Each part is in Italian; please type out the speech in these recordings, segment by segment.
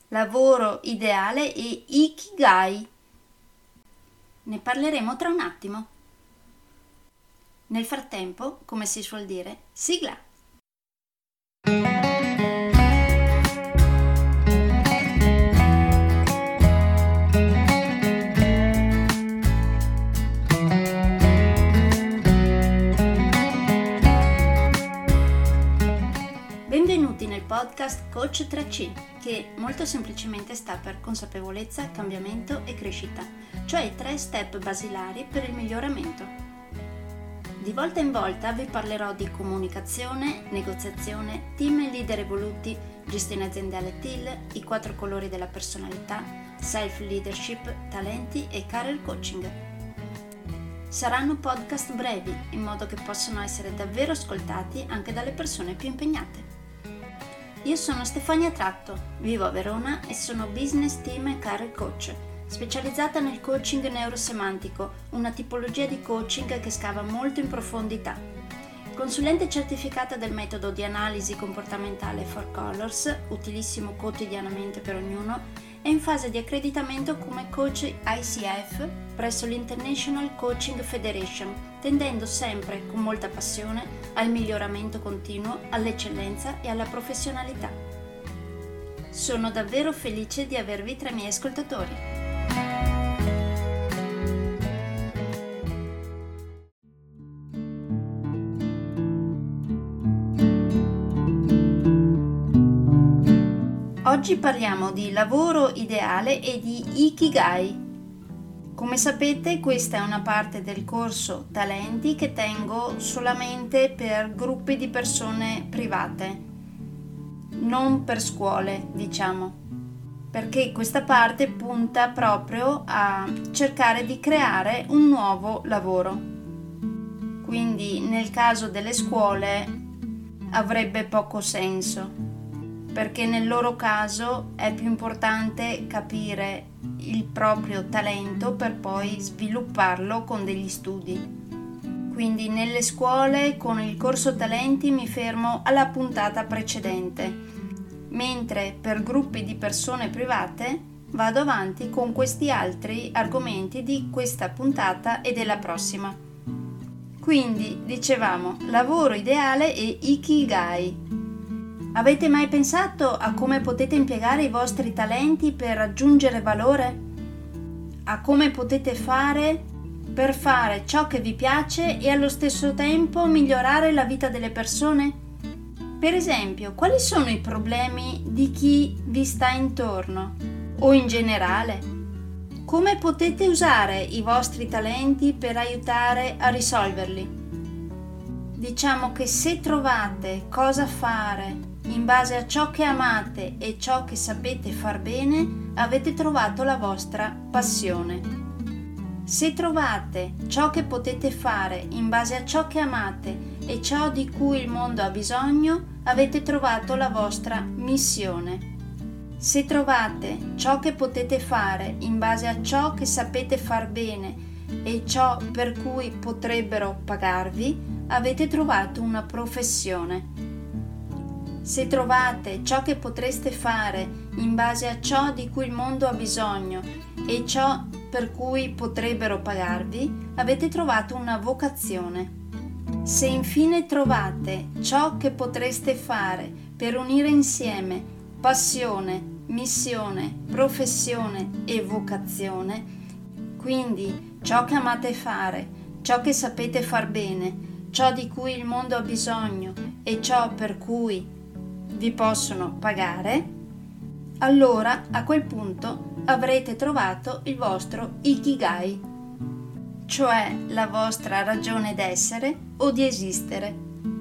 lavoro ideale e Ikigai. Ne parleremo tra un attimo. Nel frattempo, come si suol dire, sigla! Benvenuti nel podcast Coach 3C, che molto semplicemente sta per consapevolezza, cambiamento e crescita, cioè i 3 step basilari per il miglioramento. Di volta in volta vi parlerò di comunicazione, negoziazione, team e leader evoluti, gestione aziendale TIL, i 4 colori della personalità, self-leadership, talenti e career coaching. Saranno podcast brevi, in modo che possano essere davvero ascoltati anche dalle persone più impegnate. Io sono Stefania Tratto, vivo a Verona e sono business team e career coach, specializzata nel coaching neurosemantico, una tipologia di coaching che scava molto in profondità. Consulente certificata del metodo di analisi comportamentale 4 Colors, utilissimo quotidianamente per ognuno, e in fase di accreditamento come coach ICF presso l'International Coaching Federation, tendendo sempre con molta passione al miglioramento continuo, all'eccellenza e alla professionalità. Sono davvero felice di avervi tra i miei ascoltatori. Oggi parliamo di lavoro ideale e di Ikigai. Come sapete, questa è una parte del corso Talenti che tengo solamente per gruppi di persone private, non per scuole, diciamo, perché questa parte punta proprio a cercare di creare un nuovo lavoro. Quindi nel caso delle scuole avrebbe poco senso, perché nel loro caso è più importante capire il proprio talento per poi svilupparlo con degli studi. Quindi nelle scuole con il corso Talenti mi fermo alla puntata precedente, mentre per gruppi di persone private vado avanti con questi altri argomenti di questa puntata e della prossima. Quindi dicevamo lavoro ideale e Ikigai. Avete mai pensato a come potete impiegare i vostri talenti per raggiungere valore? A come potete fare per fare ciò che vi piace e allo stesso tempo migliorare la vita delle persone? Per esempio, quali sono i problemi di chi vi sta intorno? O in generale? Come potete usare i vostri talenti per aiutare a risolverli? Diciamo che se trovate cosa fare in base a ciò che amate e ciò che sapete far bene, avete trovato la vostra passione. Se trovate ciò che potete fare in base a ciò che amate e ciò di cui il mondo ha bisogno, avete trovato la vostra missione. Se trovate ciò che potete fare in base a ciò che sapete far bene e ciò per cui potrebbero pagarvi, avete trovato una professione. Se trovate ciò che potreste fare in base a ciò di cui il mondo ha bisogno e ciò per cui potrebbero pagarvi, avete trovato una vocazione. Se infine trovate ciò che potreste fare per unire insieme passione, missione, professione e vocazione, quindi ciò che amate fare, ciò che sapete far bene, ciò di cui il mondo ha bisogno e ciò per cui vi possono pagare, allora a quel punto avrete trovato il vostro Ikigai, cioè la vostra ragione d'essere o di esistere.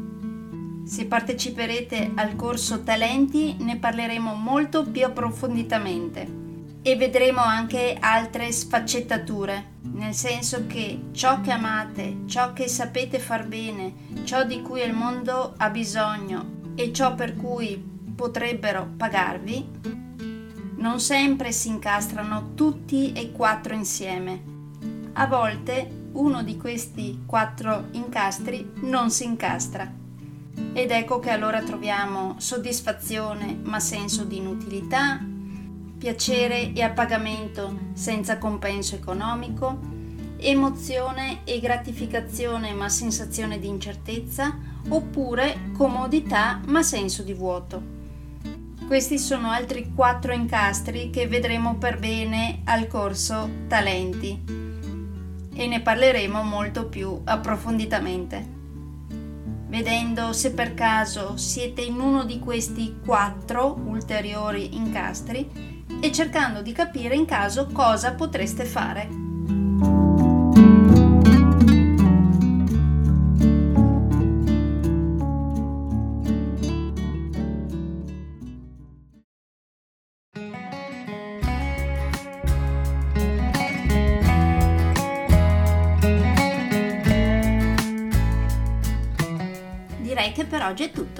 Se parteciperete al corso Talenti ne parleremo molto più approfonditamente e vedremo anche altre sfaccettature, nel senso che ciò che amate, ciò che sapete far bene, ciò di cui il mondo ha bisogno e ciò per cui potrebbero pagarvi, non sempre si incastrano tutti e 4 insieme. A volte uno di questi 4 incastri non si incastra. Ed ecco che allora troviamo soddisfazione ma senso di inutilità, piacere e appagamento senza compenso economico, emozione e gratificazione ma sensazione di incertezza, oppure comodità ma senso di vuoto. Questi sono altri 4 incastri che vedremo per bene al corso Talenti e ne parleremo molto più approfonditamente, vedendo se per caso siete in uno di questi 4 ulteriori incastri e cercando di capire in caso cosa potreste fare. Direi che per oggi è tutto.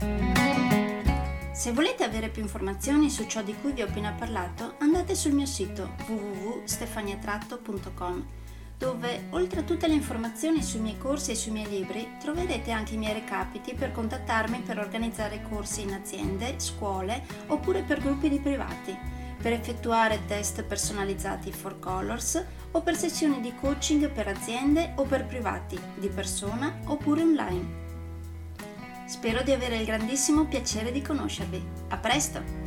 Se volete avere più informazioni su ciò di cui vi ho appena parlato, andate sul mio sito www.stefaniatratto.com, dove oltre a tutte le informazioni sui miei corsi e sui miei libri troverete anche i miei recapiti per contattarmi per organizzare corsi in aziende, scuole oppure per gruppi di privati, per effettuare test personalizzati for Colors o per sessioni di coaching per aziende o per privati, di persona oppure online. Spero di avere il grandissimo piacere di conoscervi. A presto!